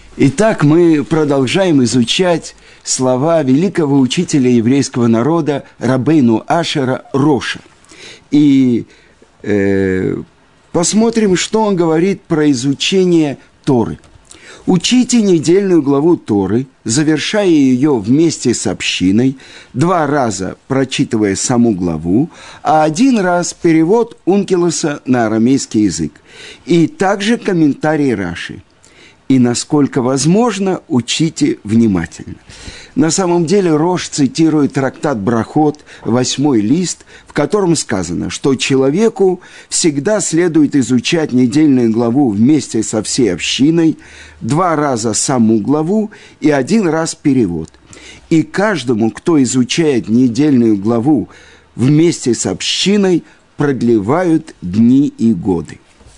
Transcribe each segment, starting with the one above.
Итак, мы продолжаем изучать слова великого учителя еврейского народа Рабейну Ашера Роша. И посмотрим, что он говорит про изучение Торы. «Учите недельную главу Торы, завершая ее вместе с общиной, 2 раза прочитывая саму главу, а 1 раз перевод Ункилоса на арамейский язык, и также комментарий Раши. И, насколько возможно, учите внимательно». На самом деле Рош цитирует трактат Брахот, 8 лист, в котором сказано, что человеку всегда следует изучать недельную главу вместе со всей общиной, 2 раза саму главу и 1 раз перевод. И каждому, кто изучает недельную главу вместе с общиной, продлевают дни и годы.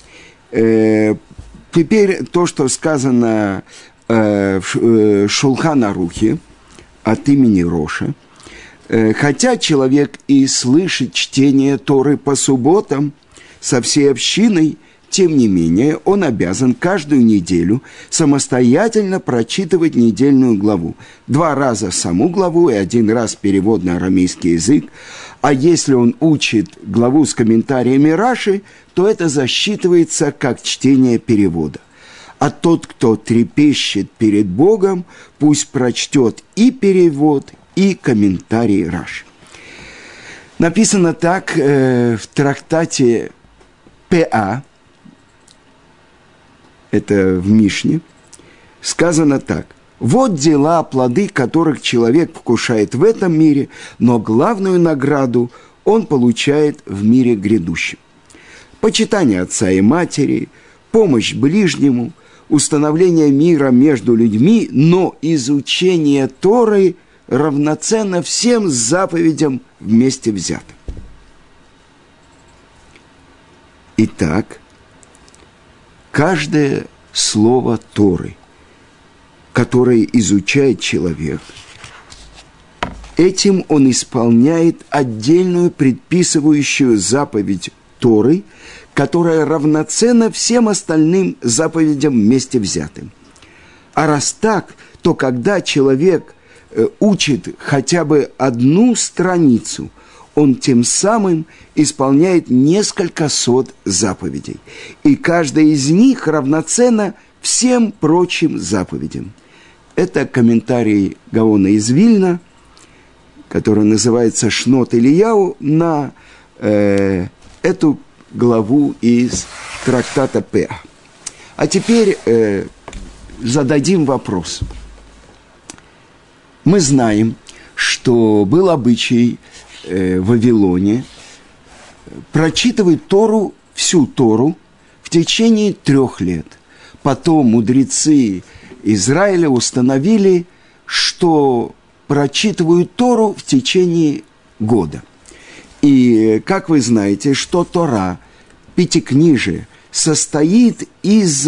Теперь то, что сказано в Шулхан Арухе от имени Роша. Хотя человек и слышит чтение Торы по субботам со всей общиной, тем не менее он обязан каждую неделю самостоятельно прочитывать недельную главу. 2 раза саму главу и 1 раз перевод на арамейский язык. А если он учит главу с комментариями Раши, то это засчитывается как чтение перевода. А тот, кто трепещет перед Богом, пусть прочтет и перевод, и комментарий Раши. Написано так в трактате П.А., это в Мишне, сказано так. «Вот дела, плоды которых человек вкушает в этом мире, но главную награду он получает в мире грядущем. Почитание отца и матери, помощь ближнему, установление мира между людьми, но изучение Торы равноценно всем заповедям вместе взятым». Итак, каждое слово Торы, которое изучает человек, этим он исполняет отдельную предписывающую заповедь Торы, которая равноценна всем остальным заповедям вместе взятым. А раз так, то когда человек учит хотя бы 1 страницу, он тем самым исполняет несколько сот заповедей. И каждая из них равноценна всем прочим заповедям. Это комментарий Гаона из Вильна, который называется «Шнот Ильяу», на эту главу из трактата П.А. А теперь зададим вопрос. Мы знаем, что был обычай в Вавилоне прочитывать Тору, всю Тору, в течение 3 лет. Потом мудрецы Израиля установили, что прочитывают Тору в течение года. И, как вы знаете, что Тора, Пятикнижие, состоит из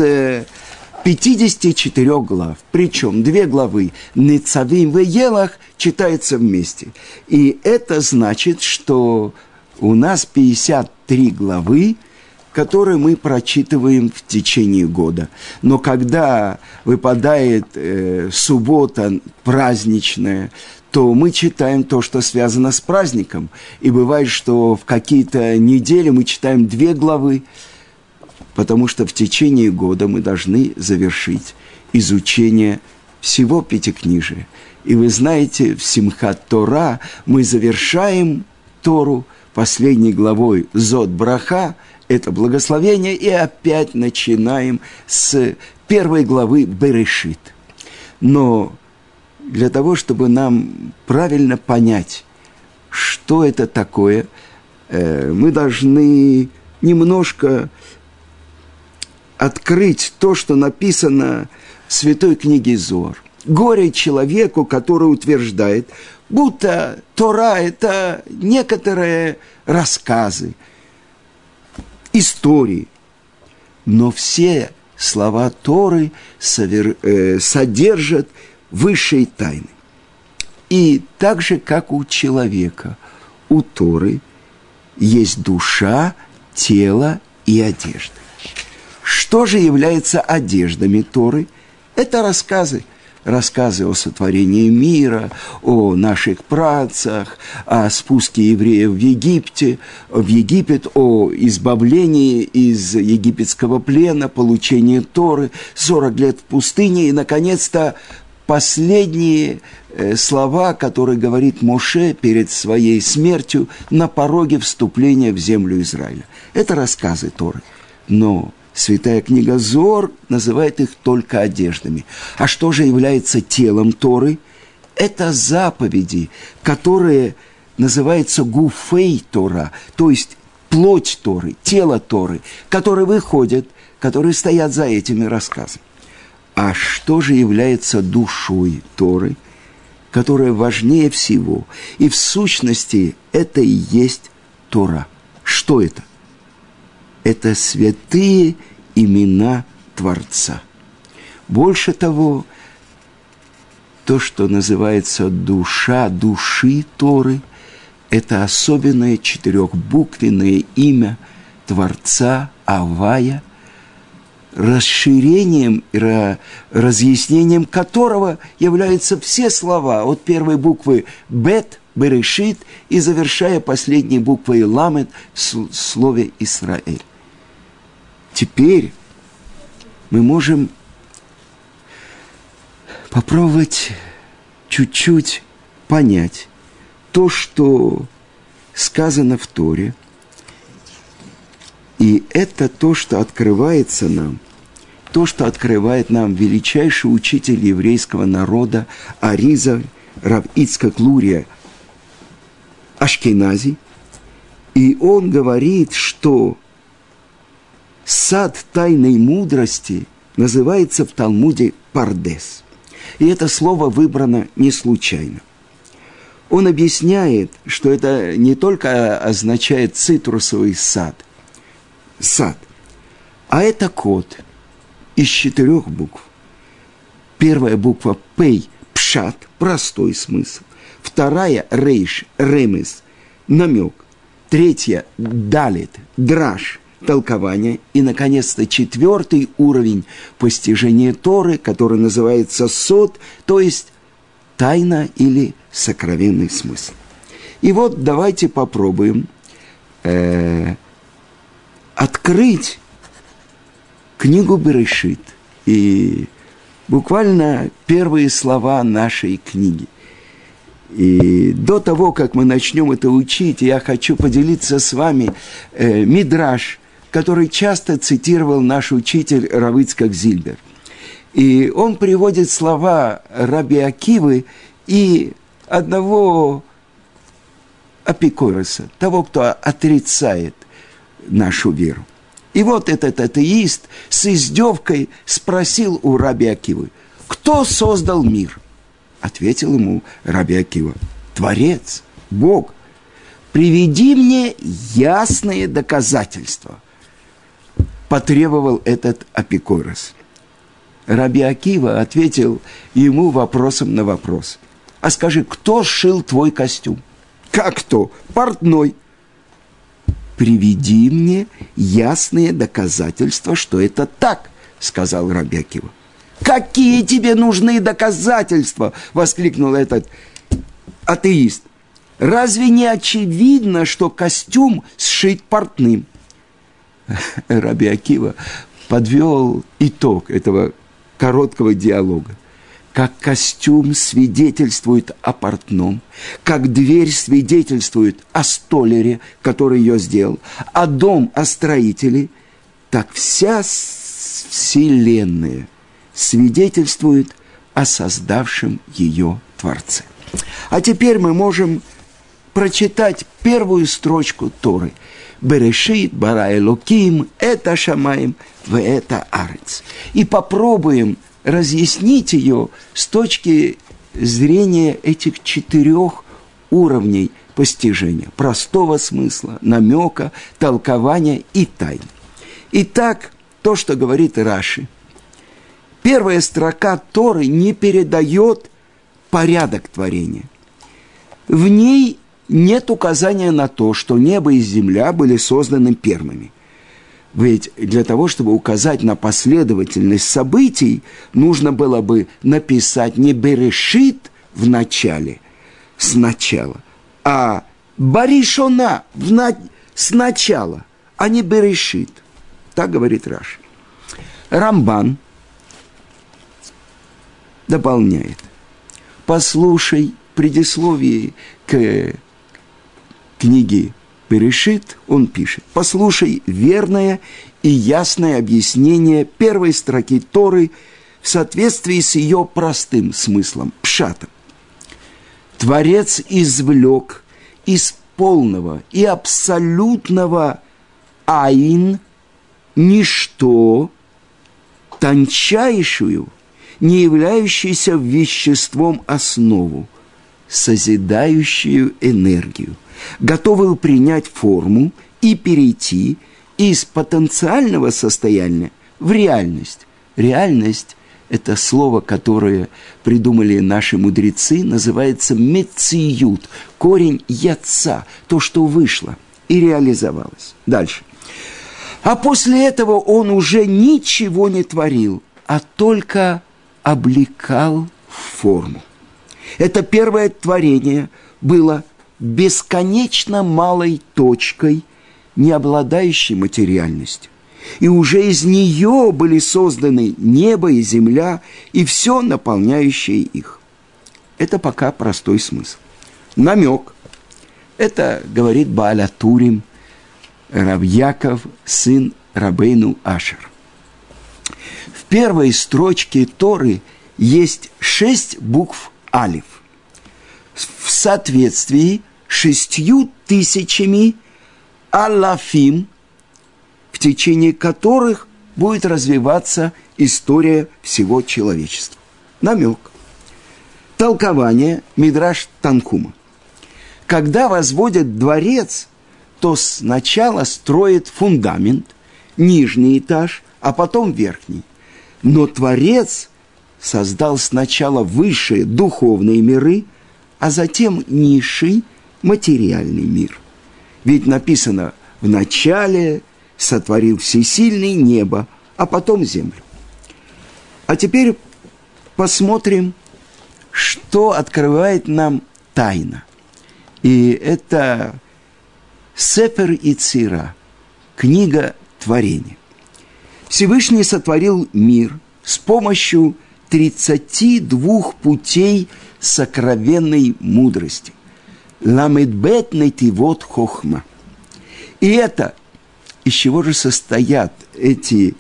54 глав. Причем 2 главы Нецавим в Елах читаются вместе. И это значит, что у нас 53 главы, которые мы прочитываем в течение года. Но когда выпадает суббота праздничная, то мы читаем то, что связано с праздником. И бывает, что в какие-то недели мы читаем 2 главы, потому что в течение года мы должны завершить изучение всего Пятикнижия. И вы знаете, в Симхат Тора мы завершаем Тору последней главой Зод Браха, это благословение, и опять начинаем с 1 главы Берешит. Но для того, чтобы нам правильно понять, что это такое, мы должны немножко открыть то, что написано в Святой книге Зоар. Горе человеку, который утверждает, будто Тора – это некоторые рассказы, истории. Но все слова Торы содержат высшие тайны. И так же, как у человека, у Торы есть душа, тело и одежда. Что же является одеждами Торы? Это рассказы о сотворении мира, о наших працах, о спуске евреев в Египет, о избавлении из египетского плена, получении Торы, 40 лет в пустыне и, наконец-то, последние слова, которые говорит Моше перед своей смертью на пороге вступления в землю Израиля. Это рассказы Торы, но Святая книга Зоар называет их только одеждами. А что же является телом Торы? Это заповеди, которые называются гуфей Тора, то есть плоть Торы, тело Торы, которые выходят, которые стоят за этими рассказами. А что же является душой Торы, которая важнее всего? И в сущности это и есть Тора. Что это? Это святые имена Творца. Больше того, то, что называется душа души Торы, это особенное четырехбуквенное имя Творца Авая, расширением и разъяснением которого являются все слова от первой буквы «бет», «берешит» и завершая последней буквой «ламет» в слове «Исраэль». Теперь мы можем попробовать чуть-чуть понять то, что сказано в Торе, и это то, что открывается нам, то, что открывает нам величайший учитель еврейского народа Аризаль Рав Ицхак Лурия Ашкенази, и он говорит, что сад тайной мудрости называется в Талмуде Пардес. И это слово выбрано не случайно. Он объясняет, что это не только означает цитрусовый сад, а это код из 4 букв. Первая буква Пей, пшат, простой смысл. Вторая рейш, ремес, намек. Третья далет, драж, толкование. И, наконец-то, 4 уровень постижения Торы, который называется сод, то есть тайна или сокровенный смысл. И вот давайте попробуем открыть книгу Берешит. И буквально первые слова нашей книги. И до того, как мы начнем это учить, я хочу поделиться с вами мидраш, который часто цитировал наш учитель Рав Ицхак Зильбер. И он приводит слова Раби Акивы и одного апикориса, того, кто отрицает нашу веру. И вот этот атеист с издевкой спросил у Раби Акивы: кто создал мир? Ответил ему Раби Акива: Творец, Бог. Приведи мне ясные доказательства, потребовал этот апикорос. Раби Акива ответил ему вопросом на вопрос: а скажи, кто сшил твой костюм? Как кто? Портной. Приведи мне ясные доказательства, что это так, сказал Раби Акива. Какие тебе нужны доказательства? Воскликнул этот атеист. Разве не очевидно, что костюм сшит портным? Раби Акива подвел итог этого короткого диалога. Как костюм свидетельствует о портном, как дверь свидетельствует о столере, который ее сделал, а дом о строителе, так вся вселенная свидетельствует о создавшем ее Творце. А теперь мы можем прочитать первую строчку Торы. «Берешит бара Элоким, это шамаим, ве это арец». И попробуем разъяснить ее с точки зрения этих 4 уровней постижения. Простого смысла, намека, толкования и тайн. Итак, то, что говорит Раши. Первая строка Торы не передает порядок творения. В ней нет указания на то, что небо и земля были созданы первыми. Ведь для того, чтобы указать на последовательность событий, нужно было бы написать не «берешит» в начале, сначала, а «баришона» сначала, а не «берешит». Так говорит Раши. Рамбан дополняет. Послушай предисловие к книге Берешит, он пишет: послушай верное и ясное объяснение первой строки Торы в соответствии с ее простым смыслом, пшатом. Творец извлек из полного и абсолютного аин ничто, тончайшую, не являющуюся веществом основу, созидающую энергию, готовую принять форму и перейти из потенциального состояния в реальность. Реальность – это слово, которое придумали наши мудрецы, называется мециют, корень яца, то, что вышло и реализовалось. Дальше. А после этого он уже ничего не творил, а только облекал в форму. Это первое творение было бесконечно малой точкой, не обладающей материальностью. И уже из нее были созданы небо и земля, и все наполняющее их. Это пока простой смысл. Намек. Это говорит Бааль ха-Турим, Рав Яков, сын Рабейну Ашер. В первой строчке Торы есть 6 букв алиф в соответствии 6000 алафим, в течение которых будет развиваться история всего человечества. Намек. Толкование Мидраш Танхума. Когда возводят дворец, то сначала строят фундамент, нижний этаж, а потом верхний. Но Творец создал сначала высшие духовные миры, а затем низший материальный мир. Ведь написано: в начале сотворил всесильный небо, а потом землю. А теперь посмотрим, что открывает нам тайна. И это Сефер Ицира, книга творения. Всевышний сотворил мир с помощью 32 путей сокровенной мудрости. Ламедбет нейтивот хохма. И это, из чего же состоят эти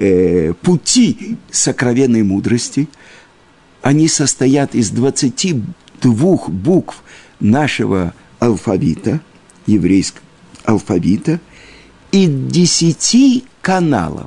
пути сокровенной мудрости? Они состоят из 22 букв нашего алфавита, еврейского алфавита, и 10 каналов,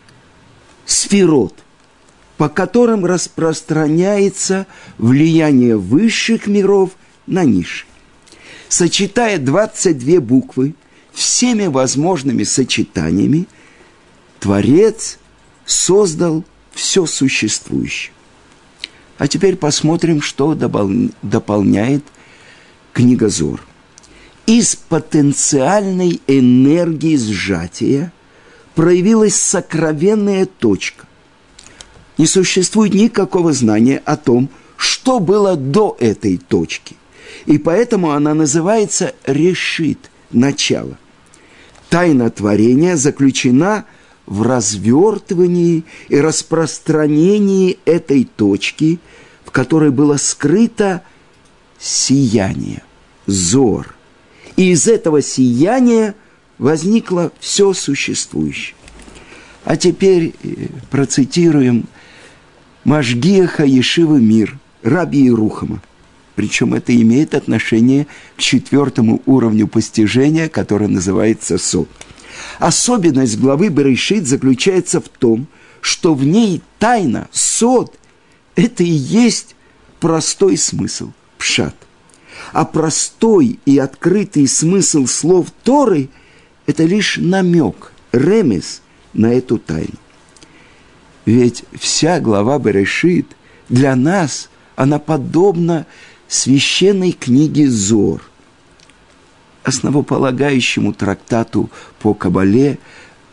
сферот, по которым распространяется влияние высших миров на низшие. Сочетая 22 буквы всеми возможными сочетаниями, Творец создал все существующее. А теперь посмотрим, что дополняет книга Зор. Из потенциальной энергии сжатия проявилась сокровенная точка. Не существует никакого знания о том, что было до этой точки. И поэтому она называется решит, начало. Тайна творения заключена в развертывании и распространении этой точки, в которой было скрыто сияние, зор. И из этого сияния возникло все существующее. А теперь процитируем Машгиаха Ешивы Мир, Раби Ерухама. Причем это имеет отношение к 4 уровню постижения, который называется Сод. Особенность главы Берешит заключается в том, что в ней тайна, Сод, это и есть простой смысл, пшат. А простой и открытый смысл слов Торы – это лишь намек, ремес на эту тайну. Ведь вся глава Берешит для нас, она подобна священной книге Зор, основополагающему трактату по Кабале,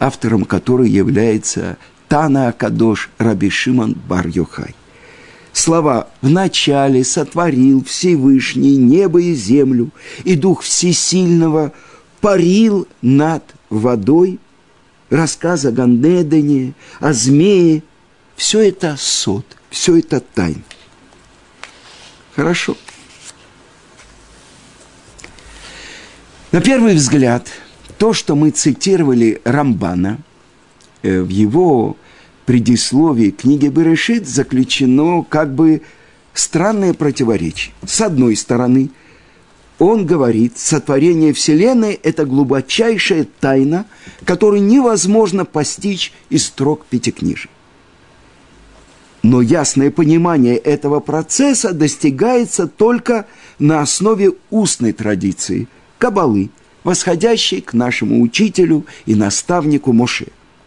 автором которой является Тана Акадош Раби Шимон бар Йохай. Слова «в начале сотворил Всевышний небо и землю, и Дух Всесильного парил над водой», рассказ о Ганедене, о змее, все это сод, все это тайна. Хорошо. На первый взгляд, то, что мы цитировали Рамбана, в его предисловии книги Берешит заключено как бы странное противоречие. С одной стороны, он говорит, сотворение Вселенной – это глубочайшая тайна, которую невозможно постичь из строк Пятикнижия. Но ясное понимание этого процесса достигается только на основе устной традиции, каббалы, восходящей к нашему учителю и наставнику Моше.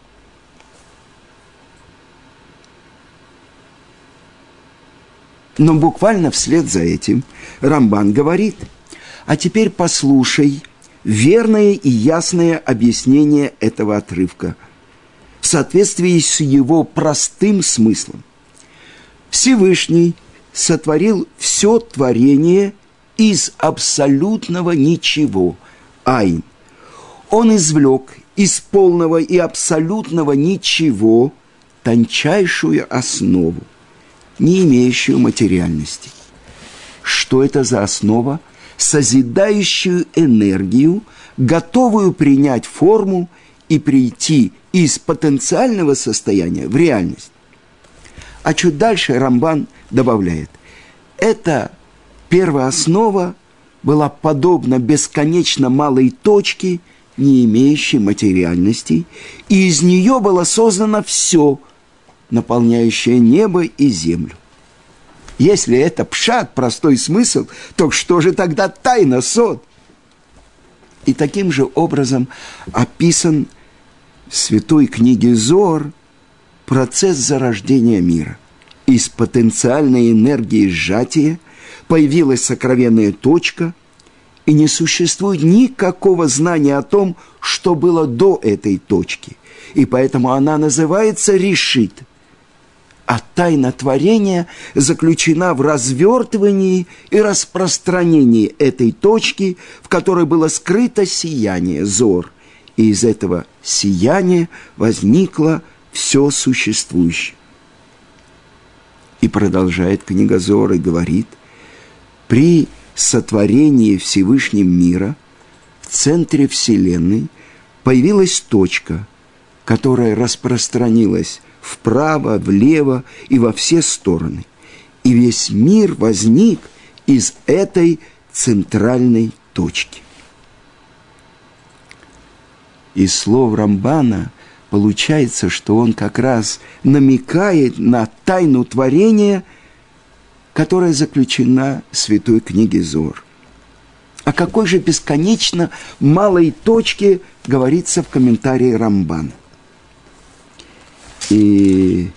Но буквально вслед за этим Рамбан говорит: а теперь послушай верное и ясное объяснение этого отрывка в соответствии с его простым смыслом. Всевышний сотворил все творение из абсолютного ничего, айн. Он извлек из полного и абсолютного ничего тончайшую основу, не имеющую материальности. Что это за основа? Созидающую энергию, готовую принять форму и прийти из потенциального состояния в реальность. А чуть дальше Рамбан добавляет: эта первооснова была подобна бесконечно малой точке, не имеющей материальности, и из нее было создано все, наполняющее небо и землю. Если это пшат, простой смысл, то что же тогда тайна, сод? И таким же образом описан в святой книге Зоар процесс зарождения мира. Из потенциальной энергии сжатия появилась сокровенная точка, и не существует никакого знания о том, что было до этой точки, и поэтому она называется решит. А тайна творения заключена в развертывании и распространении этой точки, в которой было скрыто сияние, зор. И из этого сияния возникло все существующее. И продолжает книга Зоар и говорит: при сотворении Всевышним мира в центре Вселенной появилась точка, которая распространилась вправо, влево и во все стороны. И весь мир возник из этой центральной точки. Из слов Рамбана получается, что он как раз намекает на тайну творения, которая заключена в святой книге Зоар. О какой же бесконечно малой точке говорится в комментарии Рамбана. И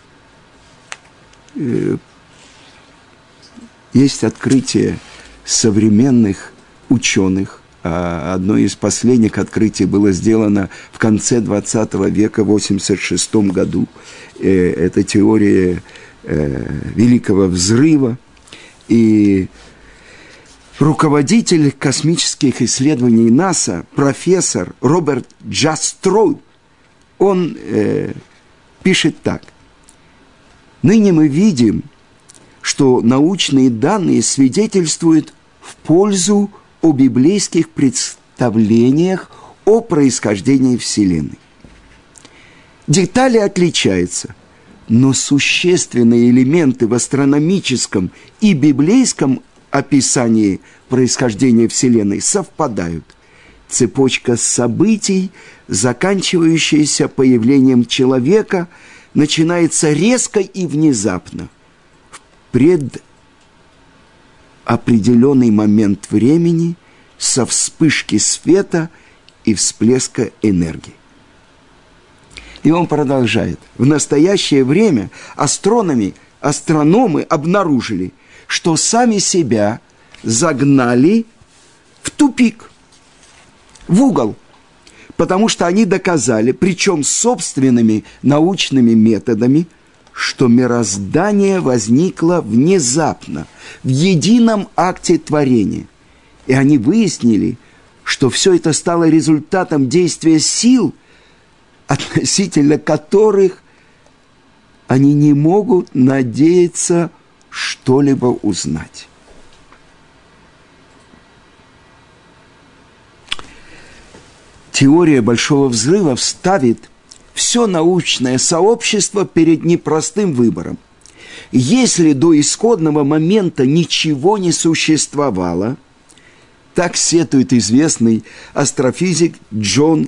есть открытие современных ученых. Одно из последних открытий было сделано в конце 20 века, в 1986 году. Это теория Великого Взрыва. И руководитель космических исследований НАСА, профессор Роберт Джастроу, он пишет так: «Ныне мы видим, что научные данные свидетельствуют в пользу о библейских представлениях о происхождении Вселенной. Детали отличаются, но существенные элементы в астрономическом и библейском описании происхождения Вселенной совпадают. Цепочка событий, заканчивающаяся появлением человека, начинается резко и внезапно, в предопределенный момент времени, со вспышки света и всплеска энергии». И он продолжает: в настоящее время астрономы обнаружили, что сами себя загнали в тупик, в угол, потому что они доказали, причем собственными научными методами, что мироздание возникло внезапно, в едином акте творения. И они выяснили, что все это стало результатом действия сил, относительно которых они не могут надеяться что-либо узнать. Теория Большого Взрыва ставит все научное сообщество перед непростым выбором. Если до исходного момента ничего не существовало, так сетует известный астрофизик Джон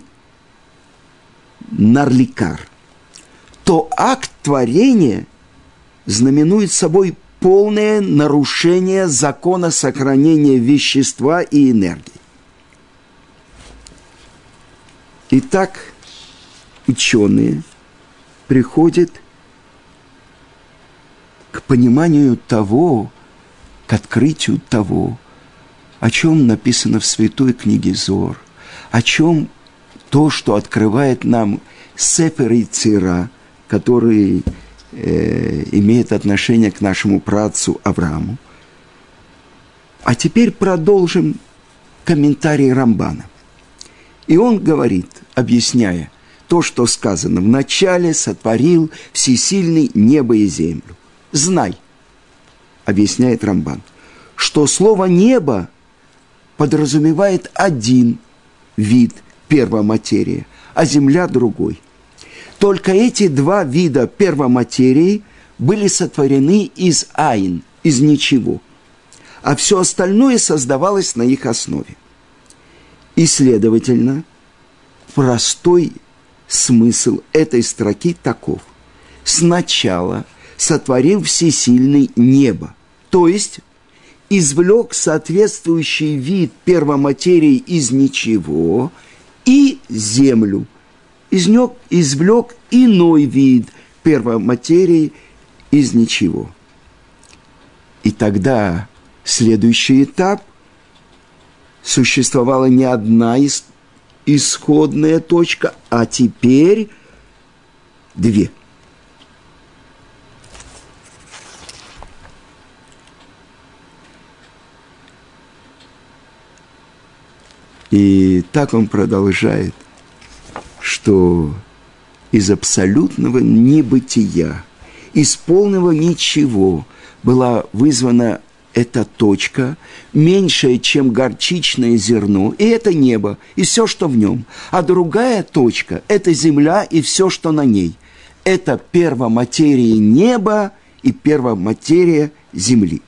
Нарликар, то акт творения знаменует собой полное нарушение закона сохранения вещества и энергии. Итак, ученые приходят к пониманию того, к открытию того, о чем написано в Святой книге Зоар, о чем то, что открывает нам Сефер Йецира, который имеет отношение к нашему праотцу Аврааму. А теперь продолжим комментарий Рамбана. И он говорит, объясняя то, что сказано: «Вначале сотворил Всесильный небо и землю». Знай, объясняет Рамбан, что слово «небо» подразумевает один вид первоматерии, а земля – другой. Только эти два вида первоматерии были сотворены из айн, из ничего, а все остальное создавалось на их основе. И, следовательно, простой смысл этой строки таков: сначала сотворил Всесильный небо, то есть извлек соответствующий вид первоматерии из ничего, и землю, извлек иной вид первоматерии из ничего. И тогда следующий этап: существовала не одна исходная точка, а теперь две. И так он продолжает, что из абсолютного небытия, из полного ничего была вызвана эта точка, меньшая, чем горчичное зерно, и это небо, и все, что в нем. А другая точка – это земля и все, что на ней. Это первоматерия неба и первоматерия земли.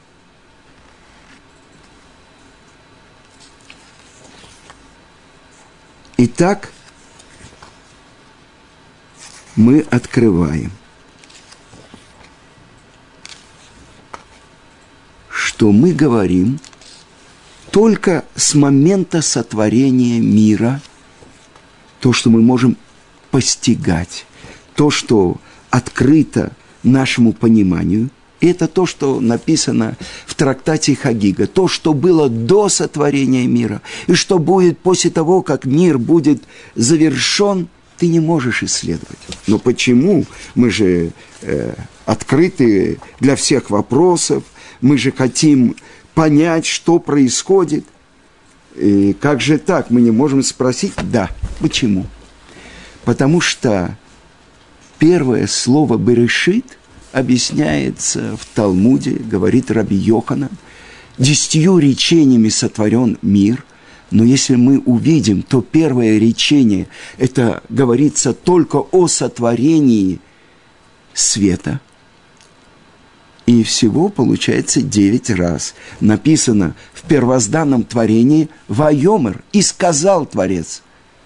Итак, мы открываем, что мы говорим только с момента сотворения мира, то, что мы можем постигать, то, что открыто нашему пониманию, и это то, что написано в трактате Хагига, то, что было до сотворения мира, и что будет после того, как мир будет завершен, ты не можешь исследовать. Но почему? Мы же открыты для всех вопросов, мы же хотим понять, что происходит. И как же так? Мы не можем спросить? Да. Почему? Потому что первое слово «берешит» объясняется в Талмуде, говорит Раби Йоханан, 10 речениями сотворен мир. Но если мы увидим, то первое речение, это говорится только о сотворении света. И всего получается 9 раз. Написано в первозданном творении «Вайомер» и сказал Творец.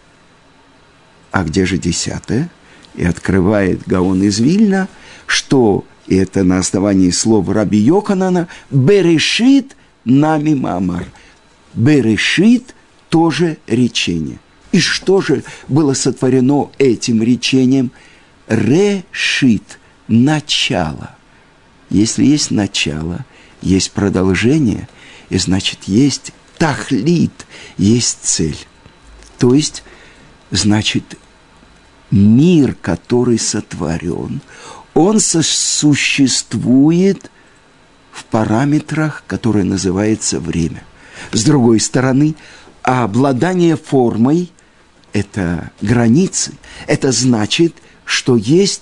А где же 10-е? И открывает Гаон из Вильна, что, и это на основании слов Раби Йоханана, «Берешит нами маамар». «Берешит» тоже речение. И что же было сотворено этим речением? «Решит» – начало. Если есть начало, есть продолжение, и значит есть тахлит, есть цель. То есть значит, мир, который сотворен, он существует в параметрах, которые называются время. С другой стороны, обладание формой – это границы. Это значит, что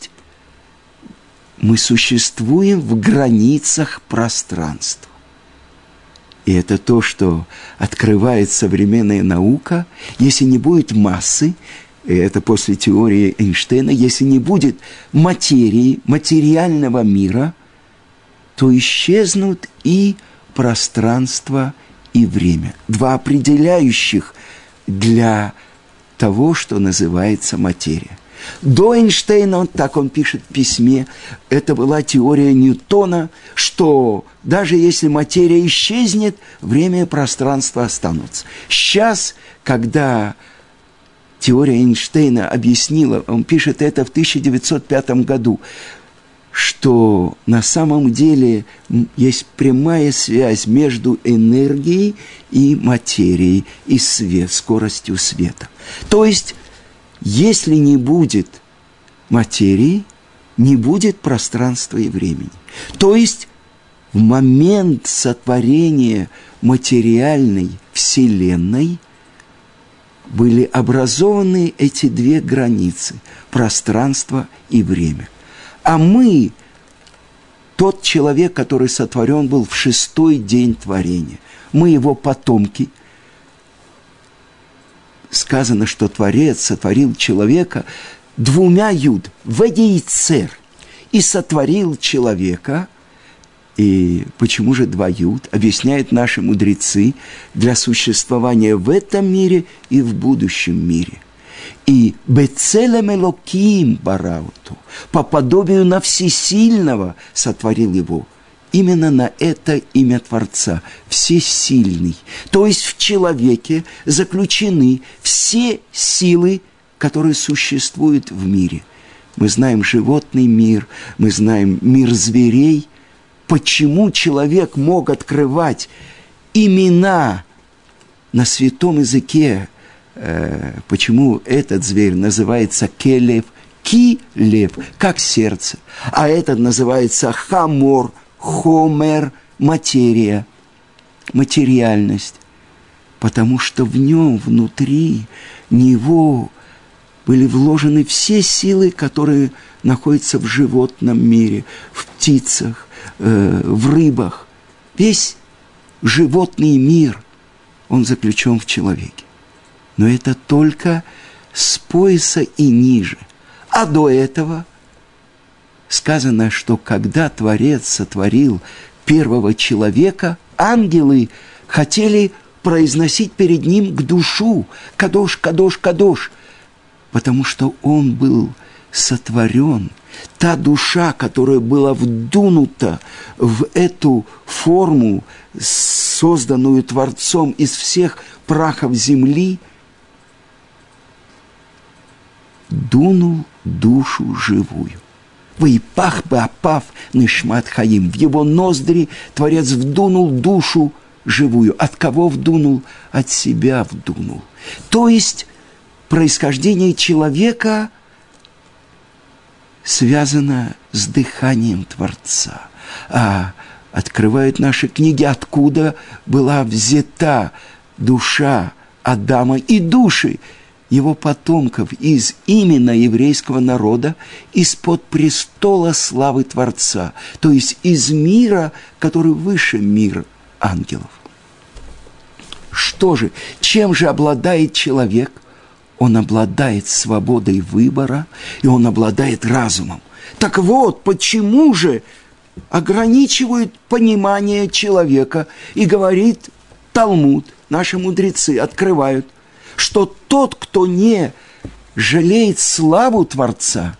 мы существуем в границах пространства. И это то, что открывает современная наука. Если не будет массы, и это после теории Эйнштейна, если не будет материи, материального мира, то исчезнут и пространство, и время. Два определяющих для того, что называется материя. До Эйнштейна, так он пишет в письме, это была теория Ньютона, что даже если материя исчезнет, время и пространство останутся. Сейчас, когда теория Эйнштейна объяснила, он пишет это в 1905 году, что на самом деле есть прямая связь между энергией и материей, и скоростью света. То есть, если не будет материи, не будет пространства и времени. То есть, в момент сотворения материальной Вселенной были образованы эти две границы – пространство и время. А мы, тот человек, который сотворен был в 6-й день творения, мы его потомки. Сказано, что Творец сотворил человека 2 юд, вейцер, и сотворил человека. И почему же 2 юд? Объясняют наши мудрецы, для существования в этом мире и в будущем мире. И бецелем элоким барауту, по подобию на всесильного сотворил его. Именно на это имя Творца, всесильный. То есть в человеке заключены все силы, которые существуют в мире. Мы знаем животный мир, мы знаем мир зверей. Почему человек мог открывать имена на святом языке? Почему этот зверь называется келев, килев, как сердце, а этот называется хамор, хомер, материя, материальность, потому что в нем, внутри него были вложены все силы, которые находятся в животном мире, в птицах, в рыбах. Весь животный мир, он заключен в человеке. Но это только с пояса и ниже. А до этого сказано, что когда Творец сотворил первого человека, ангелы хотели произносить перед ним к душу «Кадош, Кадош, Кадош», потому что он был сотворен. Та душа, которая была вдунута в эту форму, созданную Творцом из всех прахов земли, дунул душу живую. «Ваипах баапав нишмат хаим». В его ноздри Творец вдунул душу живую. От кого вдунул? От себя вдунул. То есть происхождение человека связано с дыханием Творца. А открывают наши книги, откуда была взята душа Адама и души его потомков из именно еврейского народа, из-под престола славы Творца, то есть из мира, который выше мира ангелов. Что же, чем же обладает человек? Он обладает свободой выбора, и он обладает разумом. Так вот, почему же ограничивают понимание человека, и говорит Талмуд, наши мудрецы открывают, что тот, кто не жалеет славу Творца,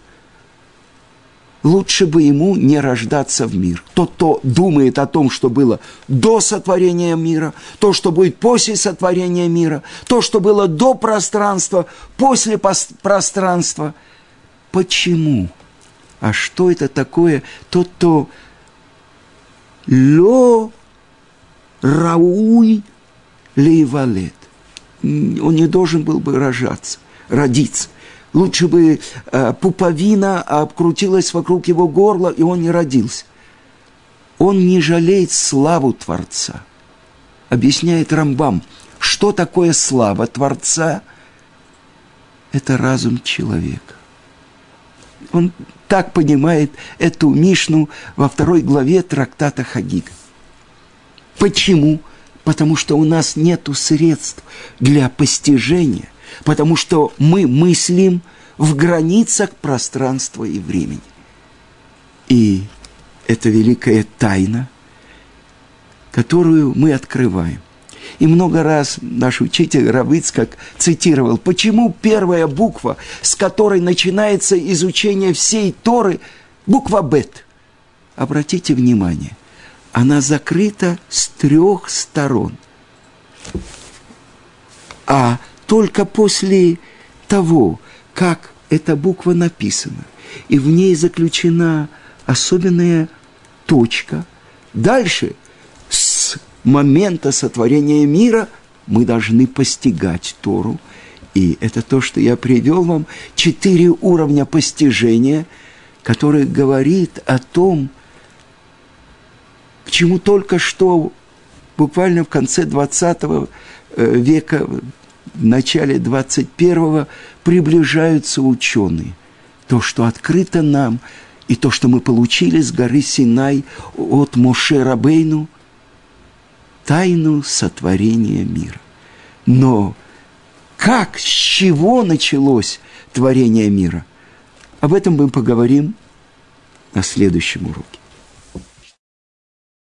лучше бы ему не рождаться в мир. Тот, кто думает о том, что было до сотворения мира, то, что будет после сотворения мира, то, что было до пространства, после пространства. Почему? А что это такое? Тот, кто ло рауй лейвалет. Он не должен был бы рожаться. родиться. Лучше бы пуповина обкрутилась вокруг его горла, и он не родился. Он не жалеет славу Творца. Объясняет Рамбам, что такое слава Творца? Это разум человека. Он так понимает эту Мишну во 2 главе трактата Хагига. Почему? Потому что у нас нет средств для постижения, потому что мы мыслим в границах пространства и времени. И это великая тайна, которую мы открываем. И много раз наш учитель Рав Ицхак цитировал, почему первая буква, с которой начинается изучение всей Торы, буква Бет. Обратите внимание, она закрыта с 3 сторон. А только после того, как эта буква написана, и в ней заключена особенная точка, дальше с момента сотворения мира мы должны постигать Тору. И это то, что я привел вам, 4 уровня постижения, которые говорит о том, к чему только что буквально в конце 20 века, в начале 21-го приближаются ученые. То, что открыто нам, и то, что мы получили с горы Синай от Моше Рабейну, тайну сотворения мира. Но как, с чего началось творение мира? Об этом мы поговорим на следующем уроке.